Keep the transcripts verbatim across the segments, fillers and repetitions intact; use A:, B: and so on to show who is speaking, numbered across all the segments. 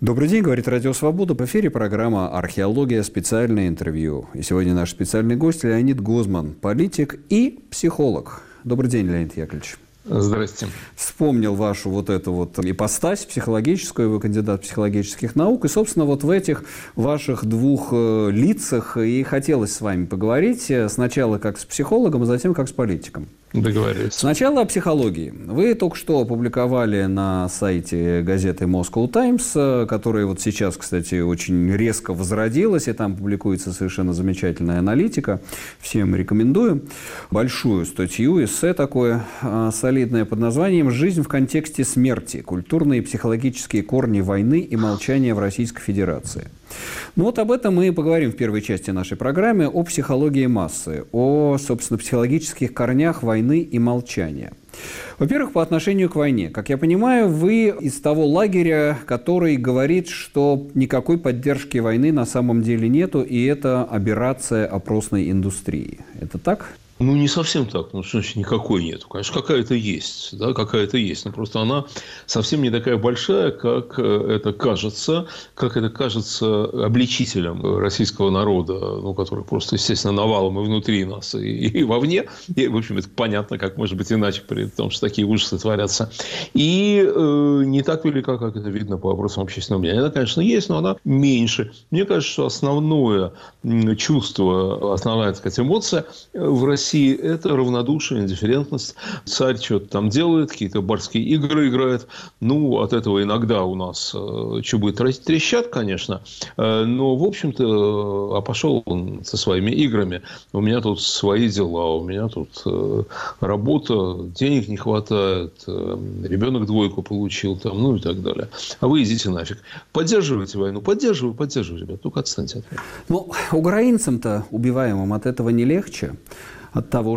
A: Добрый день, говорит Радио Свобода. В эфире программа «Археология. Специальное интервью». И сегодня наш специальный гость Леонид Гозман, политик и психолог. Добрый день, Леонид Яковлевич.
B: Здрасте.
A: Вспомнил вашу вот эту вот ипостась психологическую, вы кандидат психологических наук, и, собственно, вот в этих ваших двух э, лицах и хотелось с вами поговорить, сначала как с психологом, а затем как с политиком.
B: Договорились.
A: Сначала о психологии. Вы только что опубликовали на сайте газеты Moscow Times, которая вот сейчас, кстати, очень резко возродилась, и там публикуется совершенно замечательная аналитика. Всем рекомендую. Большую статью, эссе такое солидное под названием «Жизнь в контексте смерти. Культурные и психологические корни войны и молчания в Российской Федерации». Ну вот об этом мы и поговорим в первой части нашей программы, о психологии массы, о, собственно, психологических корнях войны и молчания. Во-первых, по отношению к войне. Как я понимаю, вы из того лагеря, который говорит, что никакой поддержки войны на самом деле нету, и это аберрация опросной индустрии. Это так?
B: Ну, не совсем так. Ну, что значит никакой нету? Конечно, какая-то есть. Да, какая-то есть. Но просто она совсем не такая большая, как это кажется. Как это кажется обличителям российского народа, ну, который просто, естественно, навалом и внутри нас, и, и вовне. И, в общем, это понятно, как может быть иначе, при том, что такие ужасы творятся. И э, не так велика, как это видно по опросам общественного мнения. Она, конечно, есть, но она меньше. Мне кажется, что основное чувство, основная, так сказать, эмоция в России – это равнодушие, индифферентность. Царь что-то там делает, какие-то барские игры играет. Ну, от этого иногда у нас чубы трещат, конечно. Но, в общем-то, а пошел он со своими играми. У меня тут свои дела, у меня тут работа, денег не хватает, ребенок двойку получил, там, ну и так далее. А вы идите нафиг. Поддерживайте войну. Поддерживаю, поддерживаю, ребят. Только отстаньте от меня.
A: Ну, украинцам-то, убиваемым, от этого не легче. От того,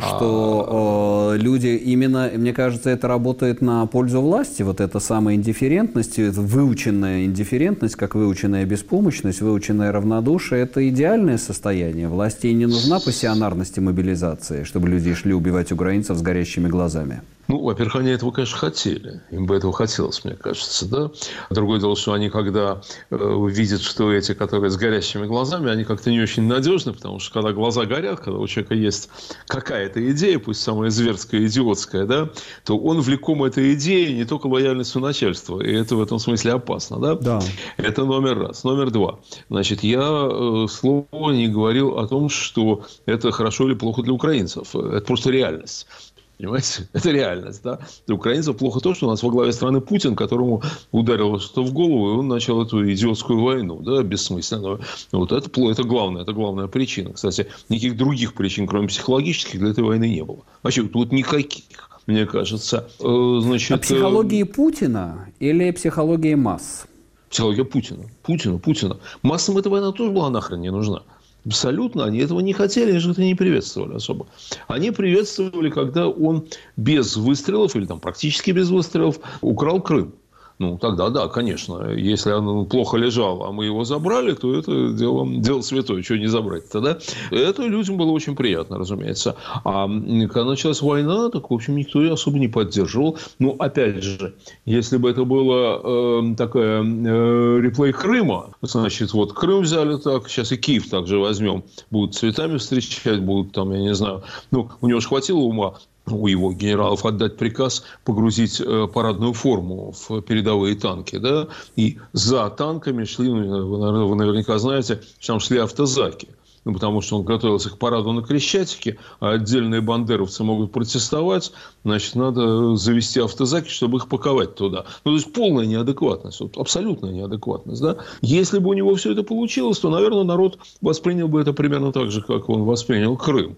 A: что э, люди именно, мне кажется, это работает на пользу власти, вот эта самая индифферентность, выученная индифферентность, как выученная беспомощность, выученное равнодушие, это идеальное состояние. Власти не нужна пассионарность и мобилизация, чтобы люди шли убивать украинцев с горящими глазами.
B: Ну, во-первых, они этого, конечно, хотели. Им бы этого хотелось, мне кажется, да. Другое дело, что они, когда э, видят, что эти, которые с горящими глазами, они как-то не очень надежны, потому что, когда глаза горят, когда у человека есть какая-то идея, пусть самая зверская, идиотская, да, то он влеком этой идеей не только лояльностью начальства. И это в этом смысле опасно, да.
A: Да.
B: Это номер раз. Номер два. Значит, я э, слова не говорил о том, что это хорошо или плохо для украинцев. Это просто реальность. Понимаете? Это реальность, да? Для украинцев плохо то, что у нас во главе страны Путин, которому ударило что-то в голову, и он начал эту идиотскую войну, да, бессмысленную. Вот это, это главное, это главная причина. Кстати, никаких других причин, кроме психологических, для этой войны не было. Вообще, тут никаких, мне кажется. Значит,
A: а психологии Путина или психологии масс?
B: Психология Путина. Путина, Путина. Массам эта война тоже была нахрен не нужна. Абсолютно. Они этого не хотели, они же это не приветствовали особо. Они приветствовали, когда он без выстрелов, или там практически без выстрелов, украл Крым. Ну, тогда да, конечно. Если он плохо лежал, а мы его забрали, то это дело, дело святое. Чего не забрать-то, да? Это людям было очень приятно, разумеется. А когда началась война, так, в общем, никто ее особо не поддерживал. Ну, опять же, если бы это было э, такая э, реплей Крыма, значит, вот Крым взяли так, сейчас и Киев также возьмем. Будут цветами встречать, будут там, я не знаю. Ну, у него же хватило ума у его генералов отдать приказ погрузить э, парадную форму в передовые танки, да, и за танками шли, ну, вы, вы наверняка знаете, что там шли автозаки. Ну, потому что он готовился к параду на Крещатике, а отдельные бандеровцы могут протестовать, значит, надо завести автозаки, чтобы их паковать туда. Ну, то есть, полная неадекватность, вот, абсолютная неадекватность, да. Если бы у него все это получилось, то, наверное, народ воспринял бы это примерно так же, как он воспринял Крым.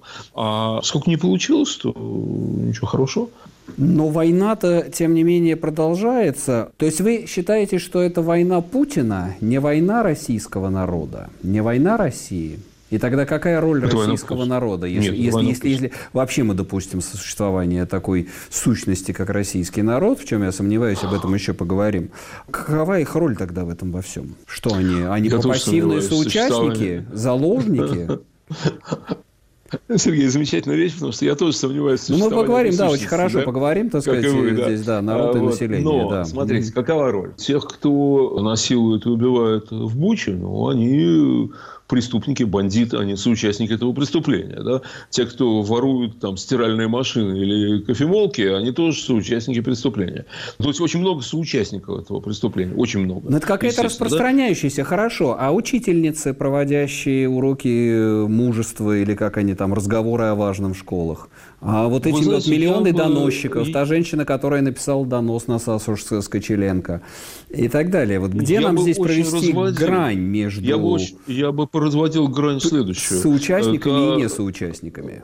B: А сколько не получилось, то ничего хорошего.
A: Но война-то, тем не менее, продолжается. То есть, вы считаете, что это война Путина, не война российского народа, не война России? И тогда какая роль это российского народа, если, Нет, если, если, если вообще мы допустим существование такой сущности, как российский народ, в чем я сомневаюсь, об этом еще поговорим, какова их роль тогда в этом во всем? Что они? Они пассивные соучастники, заложники?
B: Сергей, замечательная вещь, потому что я тоже сомневаюсь в
A: Ну, мы поговорим, да, очень
B: да?
A: хорошо поговорим, так сказать,
B: вы, да.
A: здесь, да, народ и
B: вот.
A: население.
B: Но,
A: да.
B: смотрите, какова роль? Тех, кто насилует и убивает в Буче, ну, они преступники, бандиты, они соучастники этого преступления. Да? Те, кто воруют там стиральные машины или кофемолки, они тоже соучастники преступления. То есть, очень много соучастников этого преступления. Очень много.
A: Но это какая-то распространяющаяся, да? Хорошо. А учительницы, проводящие уроки мужества или как они там, разговоры о важном в школах? А вот эти знаете, вот миллионы доносчиков, бы... та женщина, которая написала донос на Сашу Скочеленко и так далее. Вот где я нам здесь провести разводил. грань между...
B: Я бы, очень, я бы разводил грань следующую.
A: Соучастниками
B: это,
A: и несоучастниками.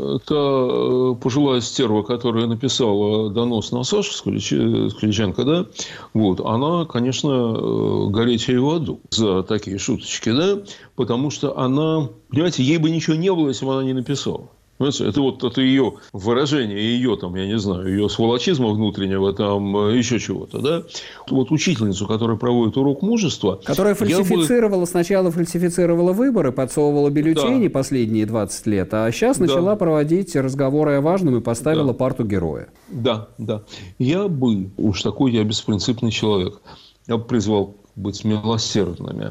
B: Это пожилая стерва, которая написала донос на Сашу Скориченко, да, вот, она, конечно, гореть ей в аду за такие шуточки, да, потому что она, понимаете, ей бы ничего не было, если бы она не написала. Понимаете? Это вот это ее выражение, ее там, я не знаю, ее сволочизма внутреннего, там еще чего-то, да. Вот учительницу, которая проводит урок мужества.
A: Которая фальсифицировала, бы... сначала фальсифицировала выборы, подсовывала бюллетени да. последние двадцать лет, а сейчас начала да. проводить разговоры о важном и поставила да. парту героя.
B: Да, да. Я бы, уж такой я беспринципный человек, я бы призвал быть милосердными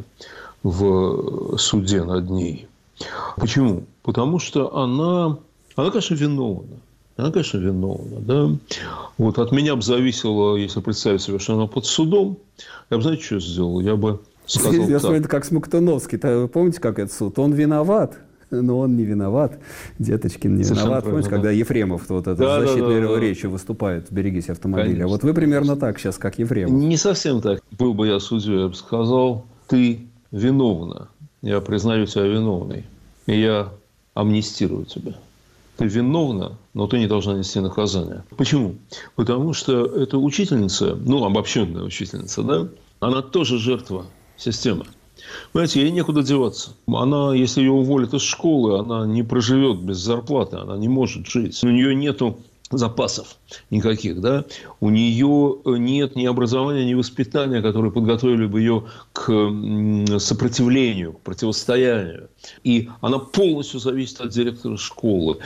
B: в суде над ней. Почему? Потому что она, она, конечно, виновна. Она, конечно, виновна. Да? Вот от меня бы зависело, если представить себе, что она под судом, я бы, знаете, что сделал? Я бы сказал
A: Я
B: так.
A: Это как Смоктуновский. Вы помните, как это суд? Он виноват, но он не виноват. Деточкин не Совершенно виноват. Помните, да. когда Ефремов вот это да, защитной да, да, да. речью выступает, берегись автомобиля. Конечно. Вот вы примерно так сейчас, как Ефремов.
B: Не совсем так. Был бы я судьей, я бы сказал, ты виновна. Я признаю тебя виновной. И я амнистирую тебя. Ты виновна, но ты не должна нести наказание. Почему? Потому что эта учительница, ну, обобщенная учительница, да, она тоже жертва системы. Понимаете, ей некуда деваться. Она, если ее уволят из школы, она не проживет без зарплаты, она не может жить. У нее нету запасов никаких, да, у нее нет ни образования, ни воспитания, которые подготовили бы ее к сопротивлению, к противостоянию. И она полностью зависит от директора школы.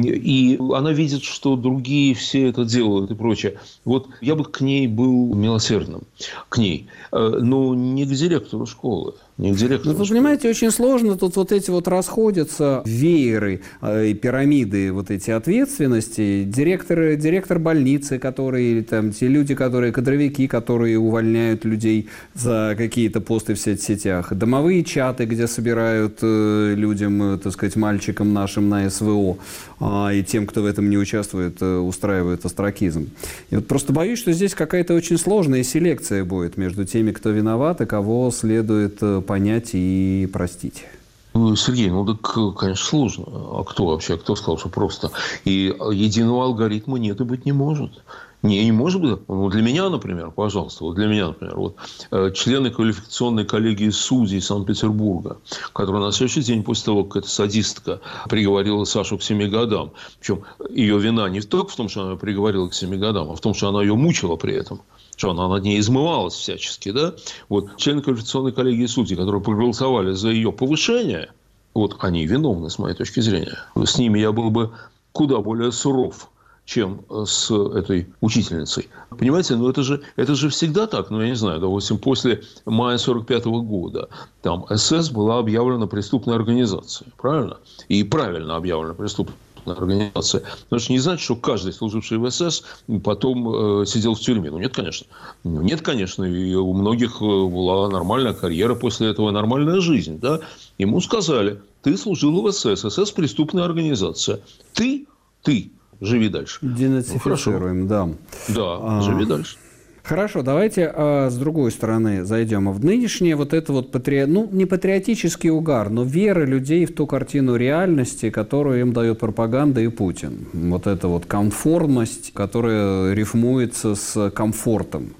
B: И она видит, что другие все это делают и прочее. Вот я бы к ней был милосердным, к ней, но не к директору школы. Не к директору
A: ну, вы понимаете, очень сложно. Тут вот эти вот расходятся вееры, э, пирамиды вот эти ответственности. Директор, директор больницы, которые, там, те люди, которые, кадровики, которые увольняют людей за какие-то посты в соцсетях. Домовые чаты, где собирают э, людям, э, так сказать, мальчикам нашим на СВО. Э, и тем, кто в этом не участвует, э, устраивает остракизм. И вот просто боюсь, что здесь какая-то очень сложная селекция будет между теми, кто виноват, и кого следует э, понять и простить.
B: Сергей, ну так, конечно, сложно. А кто вообще? Кто сказал, что просто? И единого алгоритма нет и быть не может. Не, не может быть. Ну, для меня, например, пожалуйста, вот для меня, например, вот, э, члены квалификационной коллегии судей Санкт-Петербурга, которые на следующий день после того, как эта садистка приговорила Сашу к семи годам, причем ее вина не только в том, что она ее приговорила к семи годам, а в том, что она ее мучила при этом. Что она над ней измывалась всячески, да? Вот члены квалификационной коллегии судей, которые проголосовали за ее повышение, вот они виновны, с моей точки зрения. С ними я был бы куда более суров, чем с этой учительницей. Понимаете, ну это же, это же всегда так. Ну, я не знаю, допустим, после мая сорок пятого года там СС была объявлена преступной организацией. Правильно? И правильно объявлена преступной организация. Но это не значит, что каждый, служивший в СС, потом э, сидел в тюрьме. Ну, нет, конечно. Ну, нет, конечно. И у многих была нормальная карьера после этого, нормальная жизнь. Да? Ему сказали, ты служил в СС. СС – преступная организация. Ты, ты живи дальше.
A: Денацифицируем,
B: ну,
A: да.
B: Да,
A: а...
B: живи дальше.
A: Хорошо, давайте а, с другой стороны зайдем. В нынешнее вот это вот, патри... ну, не патриотический угар, но вера людей в ту картину реальности, которую им дает пропаганда и Путин. Вот эта вот конформность, которая рифмуется с комфортом.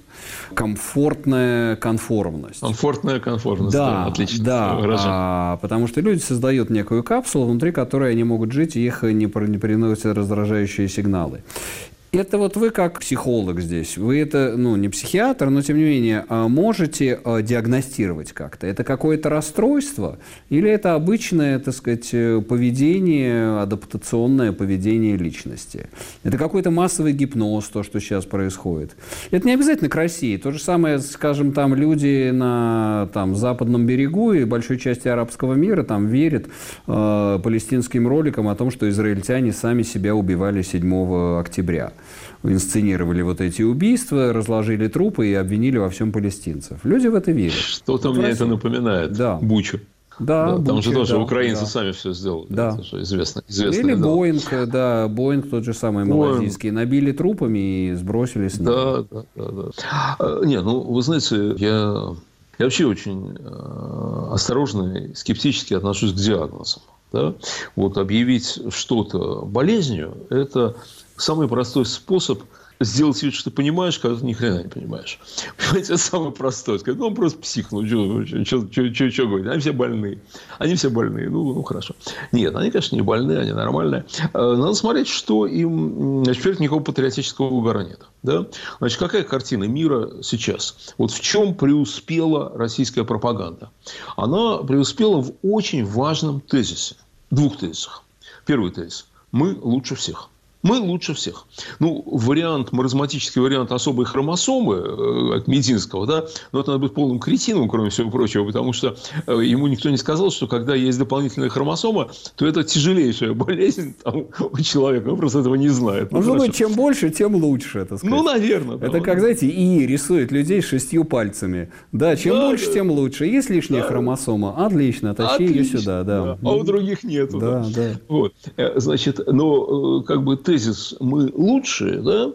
A: Комфортная конформность.
B: Комфортная конформность,
A: да,
B: да, отлично.
A: Да, а, потому что люди создают некую капсулу, внутри которой они могут жить, и их не, не приносят раздражающие сигналы. Это вот вы как психолог здесь, вы это, ну, не психиатр, но тем не менее можете диагностировать как-то? Это какое-то расстройство или это обычное, так сказать, поведение, адаптационное поведение личности? Это какой-то массовый гипноз, то, что сейчас происходит? Это не обязательно к России. То же самое, скажем, там люди на там, западном берегу и большой части арабского мира там верят э, палестинским роликам о том, что израильтяне сами себя убивали седьмого октября. Инсценировали вот эти убийства, разложили трупы и обвинили во всем палестинцев. Люди в это верят.
B: Что-то вот мне это напоминает. Да. Бучу.
A: Да,
B: да, там
A: Буча,
B: же тоже
A: да,
B: украинцы
A: да.
B: сами все сделали.
A: Да.
B: Это же известно. известно
A: Или
B: да.
A: Боинг, да, Боинг тот же самый малазийский. Набили трупами и сбросили с неба.
B: Да, да, да. да. А, не, ну, вы знаете, я, я вообще очень э, осторожно и скептически отношусь к диагнозам. Да? Вот объявить что-то болезнью – это самый простой способ сделать вид, что ты понимаешь, когда ты ни хрена не понимаешь. Понимаете, это самое простое. Сказать, ну, он просто псих, ну, что говорить? Они все больные. Они все больные. Ну, ну, хорошо. Нет, они, конечно, не больные, они нормальные. Надо смотреть, что им... Значит, во-первых, никакого патриотического угара нет. Да? Значит, какая картина мира сейчас? Вот в чем преуспела российская пропаганда? Она преуспела в очень важном тезисе. Двух тезисах. Первый тезис. Мы лучше всех. Мы лучше всех. Ну, вариант, маразматический вариант особой хромосомы э, от Мединского, да, но это надо быть полным кретином, кроме всего прочего, потому что э, ему никто не сказал, что когда есть дополнительная хромосома, то это тяжелейшая болезнь там, у человека. Он просто этого не знает.
A: Может быть, чем больше, тем лучше, это сказать.
B: Ну, наверное.
A: Это да, как, знаете, ИИ рисует людей с шестью пальцами. Да, чем да, больше, да. тем лучше. Есть лишняя да. хромосома? Отлично, тащи ее сюда. Да.
B: Да. А у других нету.
A: Да, да.
B: Да. Вот. Значит, но как бы тезис «мы лучшие», да,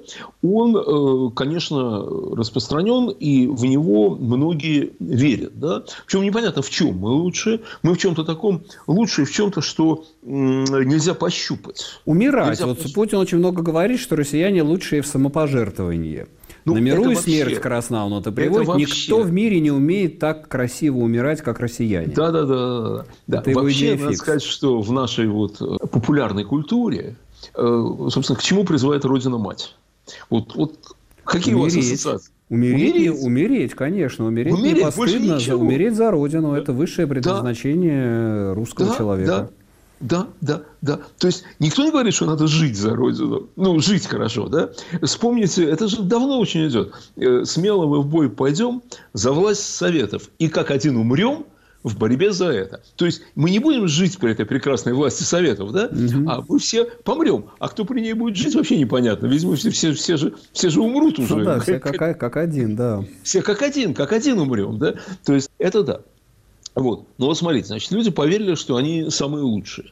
B: он, конечно, распространен, и в него многие верят. Да? Причем непонятно, в чем мы лучшие. Мы в чем-то таком лучшие, в чем-то, что нельзя пощупать.
A: Умирать.
B: Нельзя
A: вот
B: пощупать.
A: Путин очень много говорит, что россияне лучшие в самопожертвовании. Ну, на миру и вообще, смерть Краснаун это приводит. Это Никто в мире не умеет так красиво умирать, как россияне.
B: Да, да, да. да. да. Вообще, надо сказать, что в нашей вот популярной культуре, собственно, к чему призывает Родина-Мать? Вот, вот какие умереть. У вас ассоциации?
A: Умереть, умереть. умереть, конечно. Умереть, умереть не постыдно. За, умереть за Родину. Да. Это высшее предназначение да. русского
B: да,
A: человека.
B: Да. Да, да, да. То есть, никто не говорит, что надо жить за Родину. Ну, жить хорошо, да? Вспомните, это же давно очень идет. Смело мы в бой пойдем за власть советов. И как один умрем в борьбе за это. То есть, мы не будем жить при этой прекрасной власти советов, да? Угу. А мы все помрем. А кто при ней будет жить, вообще непонятно. Ведь мы все, все, все, же, все же умрут уже.
A: Ну, да, все как, как один, да.
B: Все как один, как один умрем, да? То есть, это да. Вот. Ну, вот смотрите, значит, люди поверили, что они самые лучшие.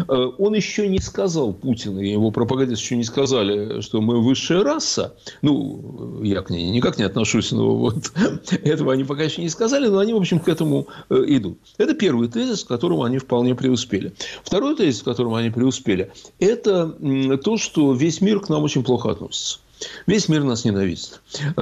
B: Он еще не сказал, Путин и его пропагандисты еще не сказали, что мы высшая раса. Ну, я к ней никак не отношусь, но вот этого они пока еще не сказали, но они, в общем, к этому идут. Это первый тезис, в котором они вполне преуспели. Второй тезис, в котором они преуспели, это то, что весь мир к нам очень плохо относится. Весь мир нас ненавидит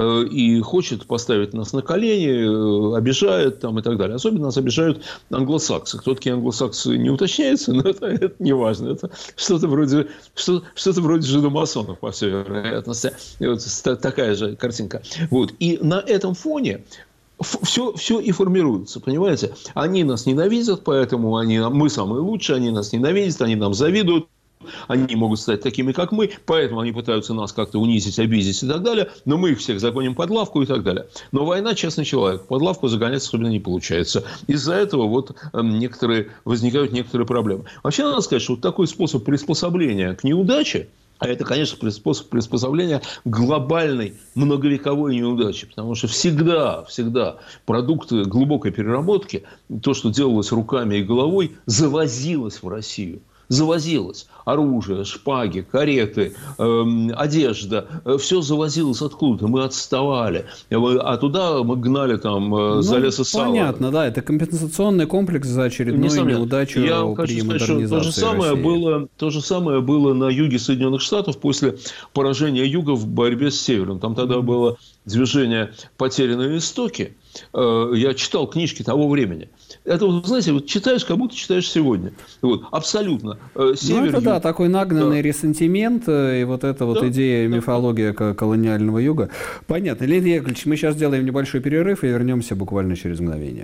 B: и хочет поставить нас на колени, обижает там, и так далее. Особенно нас обижают англосаксы. Кто такие англосаксы, не уточняется, но это, это не важно. Это что-то вроде, что, что-то вроде жидомасонов, по всей вероятности. Вот такая же картинка. Вот. И на этом фоне все, все и формируется, понимаете? Они нас ненавидят, поэтому они, мы самые лучшие, они нас ненавидят, они нам завидуют. Они могут стать такими, как мы, поэтому они пытаются нас как-то унизить, обидеть и так далее. Но мы их всех загоним под лавку и так далее. Но война, честный человек, под лавку загонять особенно не получается. Из-за этого вот некоторые, возникают некоторые проблемы. Вообще, надо сказать, что вот такой способ приспособления к неудаче, а это, конечно, способ приспособления глобальной многовековой неудачи. Потому что всегда, всегда продукты глубокой переработки, то, что делалось руками и головой, завозилось в Россию. Завозилось. Оружие, шпаги, кареты, э, одежда. Все завозилось откуда-то. Мы отставали. А туда мы гнали там ну, за лес и сало.
A: Понятно, да. Это компенсационный комплекс за очередную Несомненно. неудачу Я при хочу модернизации
B: сказать, что то же, самое было, то же самое было на юге Соединенных Штатов после поражения юга в борьбе с севером. Там тогда mm-hmm. было движение «Потерянные истоки». Я читал книжки того времени. Это, вот, знаете, вот читаешь, как будто читаешь сегодня. Вот, абсолютно.
A: Север, ну, это, да, такой нагнанный да. ресентимент, и вот эта вот да, идея, да. мифология колониального юга. Понятно. Леонид Яковлевич, мы сейчас сделаем небольшой перерыв и вернемся буквально через мгновение.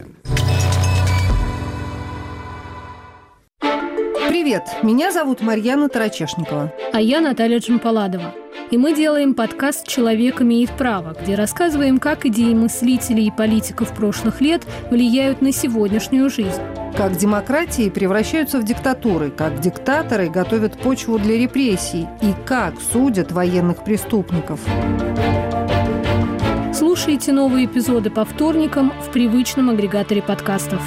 C: Привет, меня зовут Марьяна Тарачешникова.
D: А я Наталья Джампаладова. И мы делаем подкаст «Человек имеет право», где рассказываем, как идеи мыслителей и политиков прошлых лет влияют на сегодняшнюю жизнь.
C: Как демократии превращаются в диктатуры, как диктаторы готовят почву для репрессий и как судят военных преступников.
D: Слушайте новые эпизоды по вторникам в привычном агрегаторе подкастов.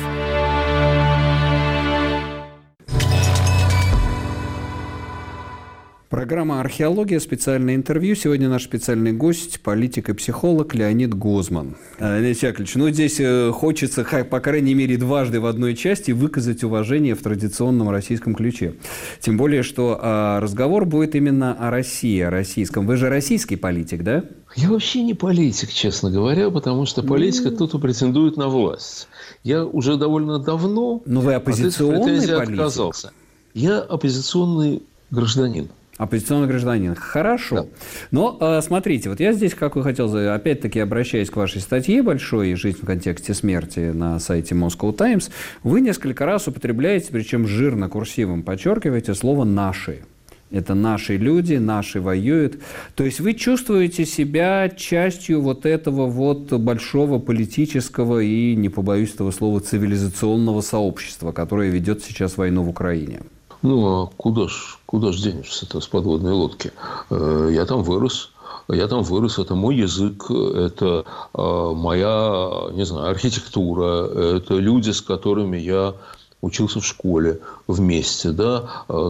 A: Программа «Археология», специальное интервью. Сегодня наш специальный гость, политик и психолог Леонид Гозман. Леонид Яковлевич, ну здесь хочется, по крайней мере, дважды в одной части выказать уважение в традиционном российском ключе. Тем более, что разговор будет именно о России, о российском. Вы же российский политик, да?
B: Я вообще не политик, честно говоря, потому что политика кто-то претендует на власть. Я уже довольно давно
A: Но вы оппозиционный
B: от этих
A: политик?
B: Отказался. Я оппозиционный гражданин.
A: Оппозиционный гражданин. Хорошо. Да. Но э, смотрите, вот я здесь, как вы хотел, опять-таки обращаясь к вашей статье большой «Жизнь в контексте смерти» на сайте Moscow Times, вы несколько раз употребляете, причем жирно курсивом подчеркиваете слово «наши». Это наши люди, наши воюют. То есть вы чувствуете себя частью вот этого вот большого политического и, не побоюсь этого слова, цивилизационного сообщества, которое ведет сейчас войну в Украине.
B: Ну, а куда ж, куда ж денешься-то с подводной лодки? Я там вырос. Я там вырос. Это мой язык, это моя, не знаю, архитектура, это люди, с которыми я учился в школе вместе, да,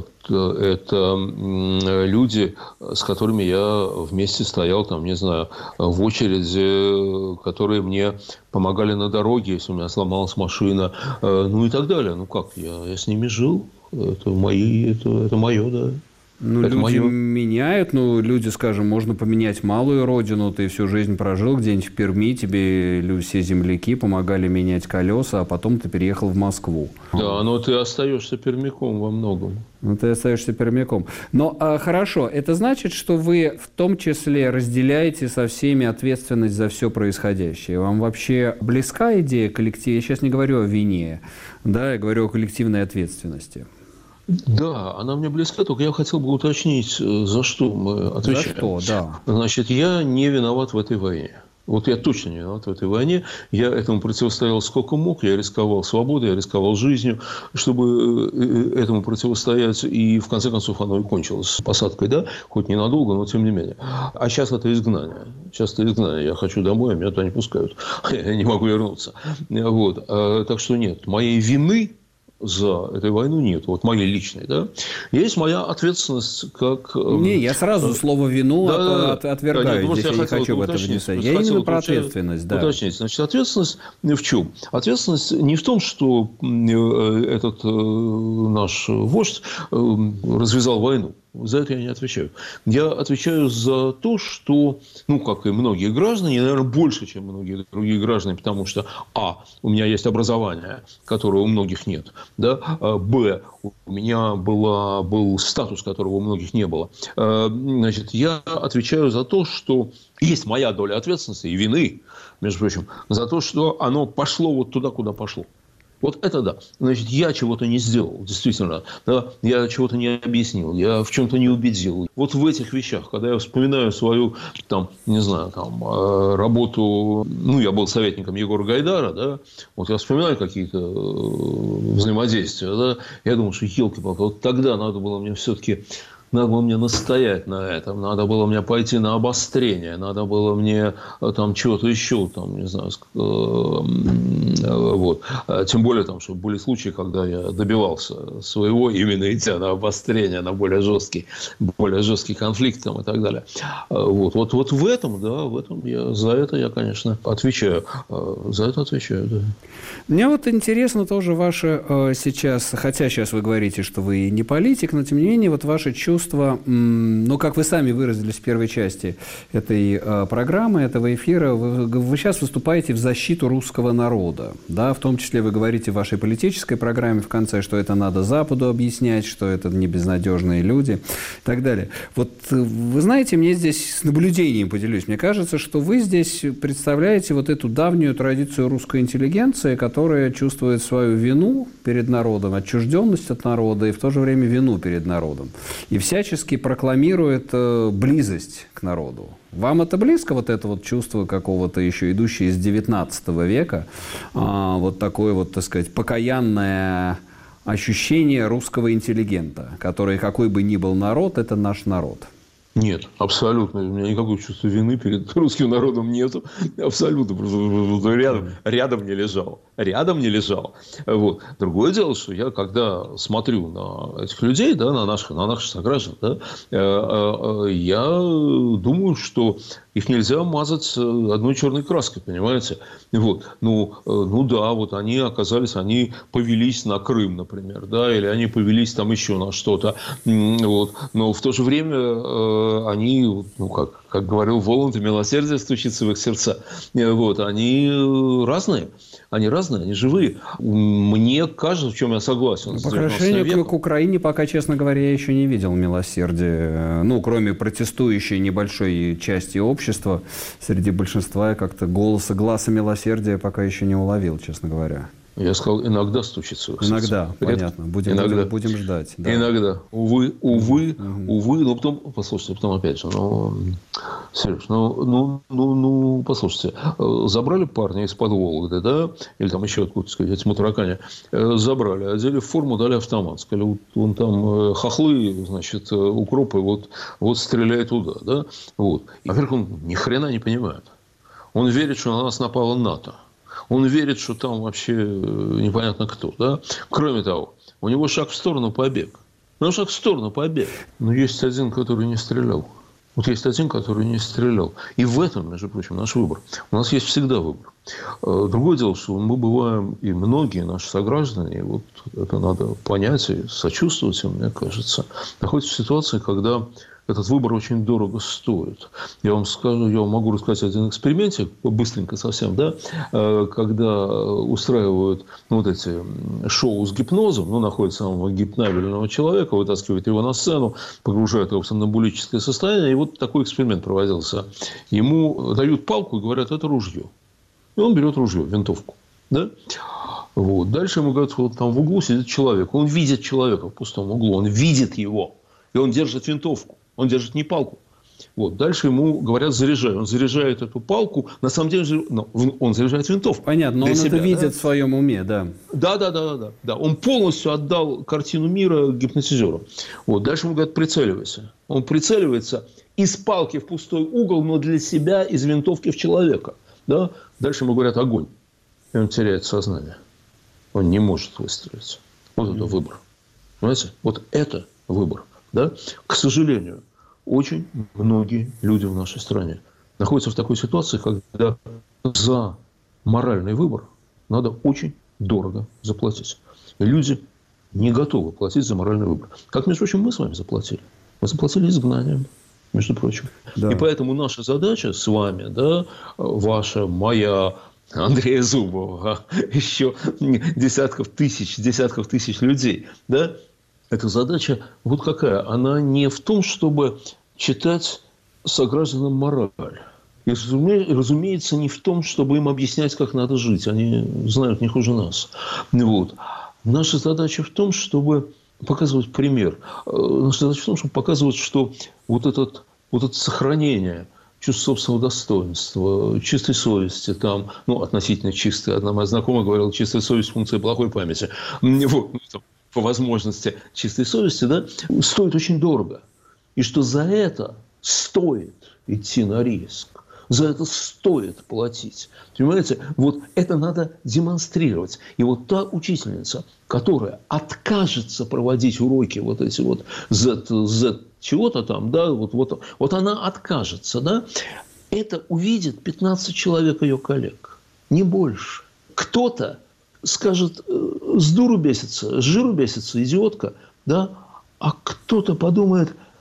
B: это люди, с которыми я вместе стоял, там, не знаю, в очереди, которые мне помогали на дороге, если у меня сломалась машина, ну и так далее. Ну как, я, я с ними жил. Это мои, это, это мое, да.
A: Ну, это люди мое. меняют, ну, люди, скажем, можно поменять малую родину, ты всю жизнь прожил где-нибудь в Перми, тебе все земляки помогали менять колеса, а потом ты переехал в Москву.
B: Да, но ты остаешься пермяком во многом.
A: Ну, ты остаешься пермяком. Но а, хорошо, это значит, что вы в том числе разделяете со всеми ответственность за все происходящее. Вам вообще близка идея коллектива? Я сейчас не говорю о вине, да, я говорю о коллективной ответственности.
B: Да, она мне близка, только я хотел бы уточнить, за что мы отвечаем.
A: За что, да.
B: Значит, я не виноват в этой войне. Вот я точно не виноват в этой войне. Я этому противостоял сколько мог. Я рисковал свободой, я рисковал жизнью, чтобы этому противостоять. И, в конце концов, оно и кончилось посадкой, да? Хоть ненадолго, но тем не менее. А сейчас это изгнание. Сейчас это изгнание. Я хочу домой, а меня туда не пускают. Я не могу вернуться. Вот. Так что нет, моей вины за эту войну нет. Вот моей личной, да. Есть моя ответственность как...
A: Не, я сразу слово «вину» да, от, отвергаю. Да, нет, здесь я, я не хочу в это внесать. Я именно про ответственность, да.
B: Уточнить. Значит, ответственность в чем? Ответственность не в том, что этот наш вождь развязал войну. За это я не отвечаю. Я отвечаю за то, что, ну, как и многие граждане, наверное, больше, чем многие другие граждане, потому что, а, у меня есть образование, которого у многих нет, да, б, у меня была, был статус, которого у многих не было. Значит, я отвечаю за то, что есть моя доля ответственности и вины, между прочим, за то, что оно пошло вот туда, куда пошло. Вот это да. Значит, я чего-то не сделал, действительно. Да? Я чего-то не объяснил, я в чем-то не убедил. Вот в этих вещах, когда я вспоминаю свою, там, не знаю, там, работу... Ну, я был советником Егора Гайдара, да? Вот я вспоминаю какие-то взаимодействия, да? Я думал, что елки-палки, вот тогда надо было мне все-таки... Надо было мне настоять на этом, надо было мне пойти на обострение, надо было мне там чего-то еще, там, не знаю, вот. Тем более, там, что были случаи, когда я добивался своего, именно идя на обострение, на более жесткий, более жесткий конфликт там, и так далее. Вот. Вот, вот в этом, да, в этом я, за это я, конечно, отвечаю. За это отвечаю, да.
A: Мне вот интересно тоже ваше сейчас, хотя сейчас вы говорите, что вы не политик, но тем не менее, вот ваше чувство чувство, ну, как вы сами выразились в первой части этой э, программы, этого эфира, вы, вы сейчас выступаете в защиту русского народа, да, в том числе вы говорите в вашей политической программе в конце, что это надо Западу объяснять, что это не безнадежные люди и так далее. Вот вы знаете, мне здесь с наблюдением поделюсь, мне кажется, что вы здесь представляете вот эту давнюю традицию русской интеллигенции, которая чувствует свою вину перед народом, отчужденность от народа и в то же время вину перед народом. И всячески прокламирует э, близость к народу. Вам это близко, вот это вот чувство какого-то еще идущее из девятнадцатого века, э, вот такое вот, так сказать, покаянное ощущение русского интеллигента, который, какой бы ни был народ, это наш народ?
B: Нет, абсолютно. У меня никакого чувства вины перед русским народом нету. Абсолютно. Просто рядом, рядом не лежал. Рядом не лежал. Вот. Другое дело, что я, когда смотрю на этих людей, да, на наших, на наших сограждан, да, я думаю, что их нельзя мазать одной черной краской, понимаете? Вот. Ну, ну да, вот они оказались, они повелись на Крым, например, да, или они повелись там еще на что-то. Вот. Но в то же время они, ну, как, как говорил Воланд, милосердие стучится в их сердца. Вот. Они разные. Они разные, они живые. Мне кажется, в чем я согласен.
A: По отношению к, к Украине, пока, честно говоря, я еще не видел милосердия. Ну, кроме протестующей небольшой части общества, среди большинства я как-то голоса, гласа милосердия пока еще не уловил, честно говоря.
B: Я сказал, иногда стучится.
A: Иногда, понятно. Будем, иногда. Будем, будем ждать. Да.
B: Иногда. Увы, увы, угу. увы. Но потом, послушайте, потом опять же, ну, Сереж, ну, ну, ну, ну, послушайте, забрали парня из-под Вологды, да, или там еще откуда-то, сказать, эти мутаракане, забрали, одели в форму, дали автомат, сказали, вот вон там хохлы, значит, укропы, вот, вот стреляй туда, да, вот. И, во-первых, он ни хрена не понимает. Он верит, что на нас напало НАТО. Он верит, что там вообще непонятно кто. Да? Кроме того, у него шаг в сторону побег. Ну, шаг в сторону побег. Но есть один, который не стрелял. Вот есть один, который не стрелял. И в этом, между прочим, наш выбор. У нас есть всегда выбор. Другое дело, что мы бываем, и многие наши сограждане, и вот это надо понять и сочувствовать им, мне кажется, находятся в ситуации, когда этот выбор очень дорого стоит. Я вам скажу, я вам могу рассказать один экспериментик, быстренько совсем, да, когда устраивают ну, вот эти шоу с гипнозом, ну, находят самого гипнабельного человека, вытаскивают его на сцену, погружают его в сомнамбулическое состояние, и вот такой эксперимент проводился. Ему дают палку и говорят, это ружье. И он берет ружье, винтовку. Да? Вот. Дальше ему говорят, вот там в углу сидит человек. Он видит человека в пустом углу, он видит его. И он держит винтовку. Он держит не палку. Вот. Дальше ему говорят, заряжай. Он заряжает эту палку. На самом деле, ну, он заряжает винтовку.
A: Понятно, но он себя, это видит да? в своем уме, да.
B: Да, да, да, да, да. Он полностью отдал картину мира гипнотизеру. Вот. Дальше ему говорят, прицеливайся. Он прицеливается из палки в пустой угол, но для себя из винтовки в человека. Да? Дальше ему говорят, огонь. И он теряет сознание. Он не может выстрелить. Вот mm-hmm. это выбор. Понимаете? Вот это выбор. Да? К сожалению, очень многие люди в нашей стране находятся в такой ситуации, когда за моральный выбор надо очень дорого заплатить. И люди не готовы платить за моральный выбор. Как, между прочим, мы с вами заплатили. Мы заплатили изгнанием, между прочим. Да. И поэтому наша задача с вами, да, ваша, моя, Андрея Зубова, еще десятков тысяч, десятков тысяч людей, да, эта задача вот какая? Она не в том, чтобы читать согражданам мораль. И, разумеется, не в том, чтобы им объяснять, как надо жить. Они знают не хуже нас. Вот. Наша задача в том, чтобы показывать пример. Наша задача в том, чтобы показывать, что вот, этот, вот это сохранение чувства собственного достоинства, чистой совести, там, ну, относительно чистой. Одна моя знакомая говорила, чистая совесть – функция плохой памяти. Вот. По возможности чистой совести, да, стоит очень дорого. И что за это стоит идти на риск. За это стоит платить. Понимаете? Вот это надо демонстрировать. И вот та учительница, которая откажется проводить уроки вот эти вот Z, Z чего-то там, да, вот, вот, вот она откажется, да, это увидит пятнадцать человек ее коллег. Не больше. Кто-то скажет, с дуру бесится, с жиру бесится, идиотка, да, а кто-то подумает,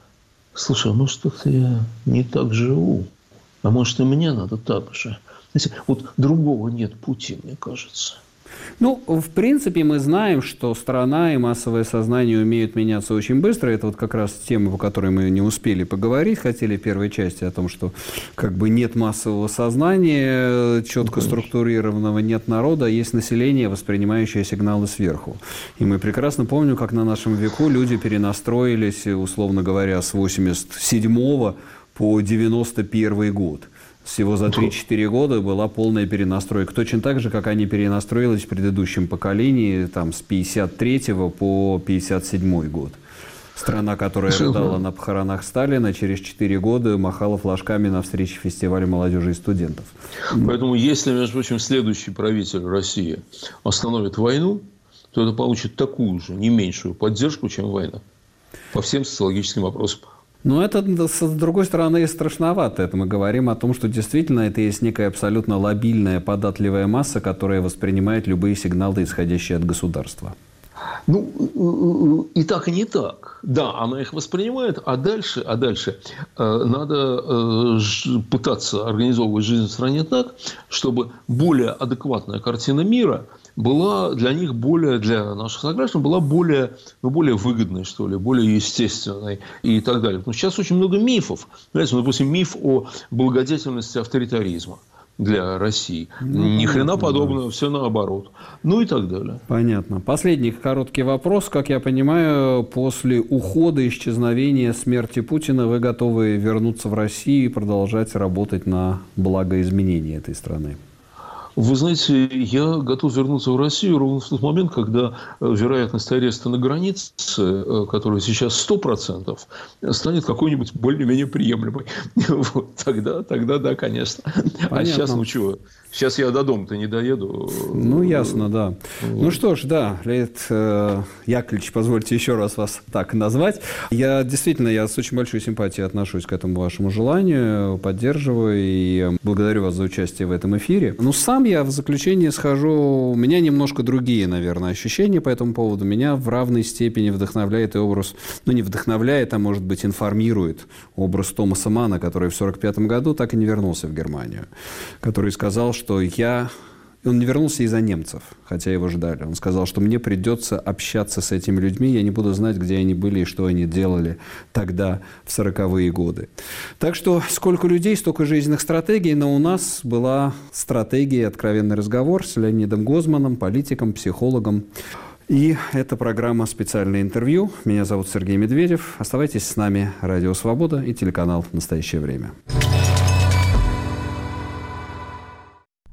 B: Слушай, а может, как-то я не так живу? А может, и мне надо так же? Знаете, вот другого нет пути, мне кажется.
A: Ну, в принципе, мы знаем, что страна и массовое сознание умеют меняться очень быстро. Это вот как раз тема, по которой мы не успели поговорить, хотели в первой части о том, что как бы нет массового сознания, четко структурированного, нет народа, а есть население, воспринимающее сигналы сверху. И мы прекрасно помним, как на нашем веку люди перенастроились, условно говоря, с восемьдесят седьмого по девяносто первый год. Всего за три-четыре года была полная перенастройка. Точно так же, как они перенастроились в предыдущем поколении, там, с пятьдесят третьего по пятьдесят седьмой год. Страна, которая рыдала на похоронах Сталина, через четыре года махала флажками на встрече фестиваля молодежи и студентов.
B: Поэтому, если, между прочим, следующий правитель России остановит войну, то это получит такую же, не меньшую поддержку, чем война. По всем социологическим вопросам.
A: Но это, с другой стороны, страшновато. Это мы говорим о том, что действительно это есть некая абсолютно лобильная, податливая масса, которая воспринимает любые сигналы, исходящие от государства.
B: Ну, и так, и не так. Да, она их воспринимает, а дальше, а дальше э, надо э, пытаться организовывать жизнь в стране так, чтобы более адекватная картина мира была для них более, для наших сограждан, была более, ну, более выгодной, что ли, более естественной и так далее. Потому что сейчас очень много мифов. Знаете, ну, допустим, миф о благодетельности авторитаризма для России. Ну, Ни хрена подобного, да. Все наоборот. Ну и так далее.
A: Понятно. Последний короткий вопрос. Как я понимаю, после ухода, исчезновения, смерти Путина вы готовы вернуться в Россию и продолжать работать на благо изменения этой страны?
B: Вы знаете, я готов вернуться в Россию ровно в тот момент, когда вероятность ареста на границе, которая сейчас сто процентов, станет какой-нибудь более-менее приемлемой. Вот, тогда, тогда да, конечно. Понятно. А сейчас, ну чего? Сейчас я до дома-то не доеду.
A: Ну, ясно, да. Вот. Ну что ж, да, Леонид э, Яковлевич, позвольте еще раз вас так назвать. Я действительно, я с очень большой симпатией отношусь к этому вашему желанию, поддерживаю и благодарю вас за участие в этом эфире. Но сам я в заключение схожу, у меня немножко другие, наверное, ощущения по этому поводу. Меня в равной степени вдохновляет и образ, ну не вдохновляет, а может быть информирует образ Томаса Манна, который в сорок пятом году так и не вернулся в Германию, который сказал, что я... Он не вернулся из-за немцев, хотя его ждали. Он сказал, что мне придется общаться с этими людьми, я не буду знать, где они были и что они делали тогда, в сороковые годы. Так что сколько людей, столько жизненных стратегий, но у нас была стратегия «Откровенный разговор» с Леонидом Гозманом, политиком, психологом. И это программа «Специальное интервью». Меня зовут Сергей Медведев. Оставайтесь с нами. Радио «Свобода» и телеканал «Настоящее время».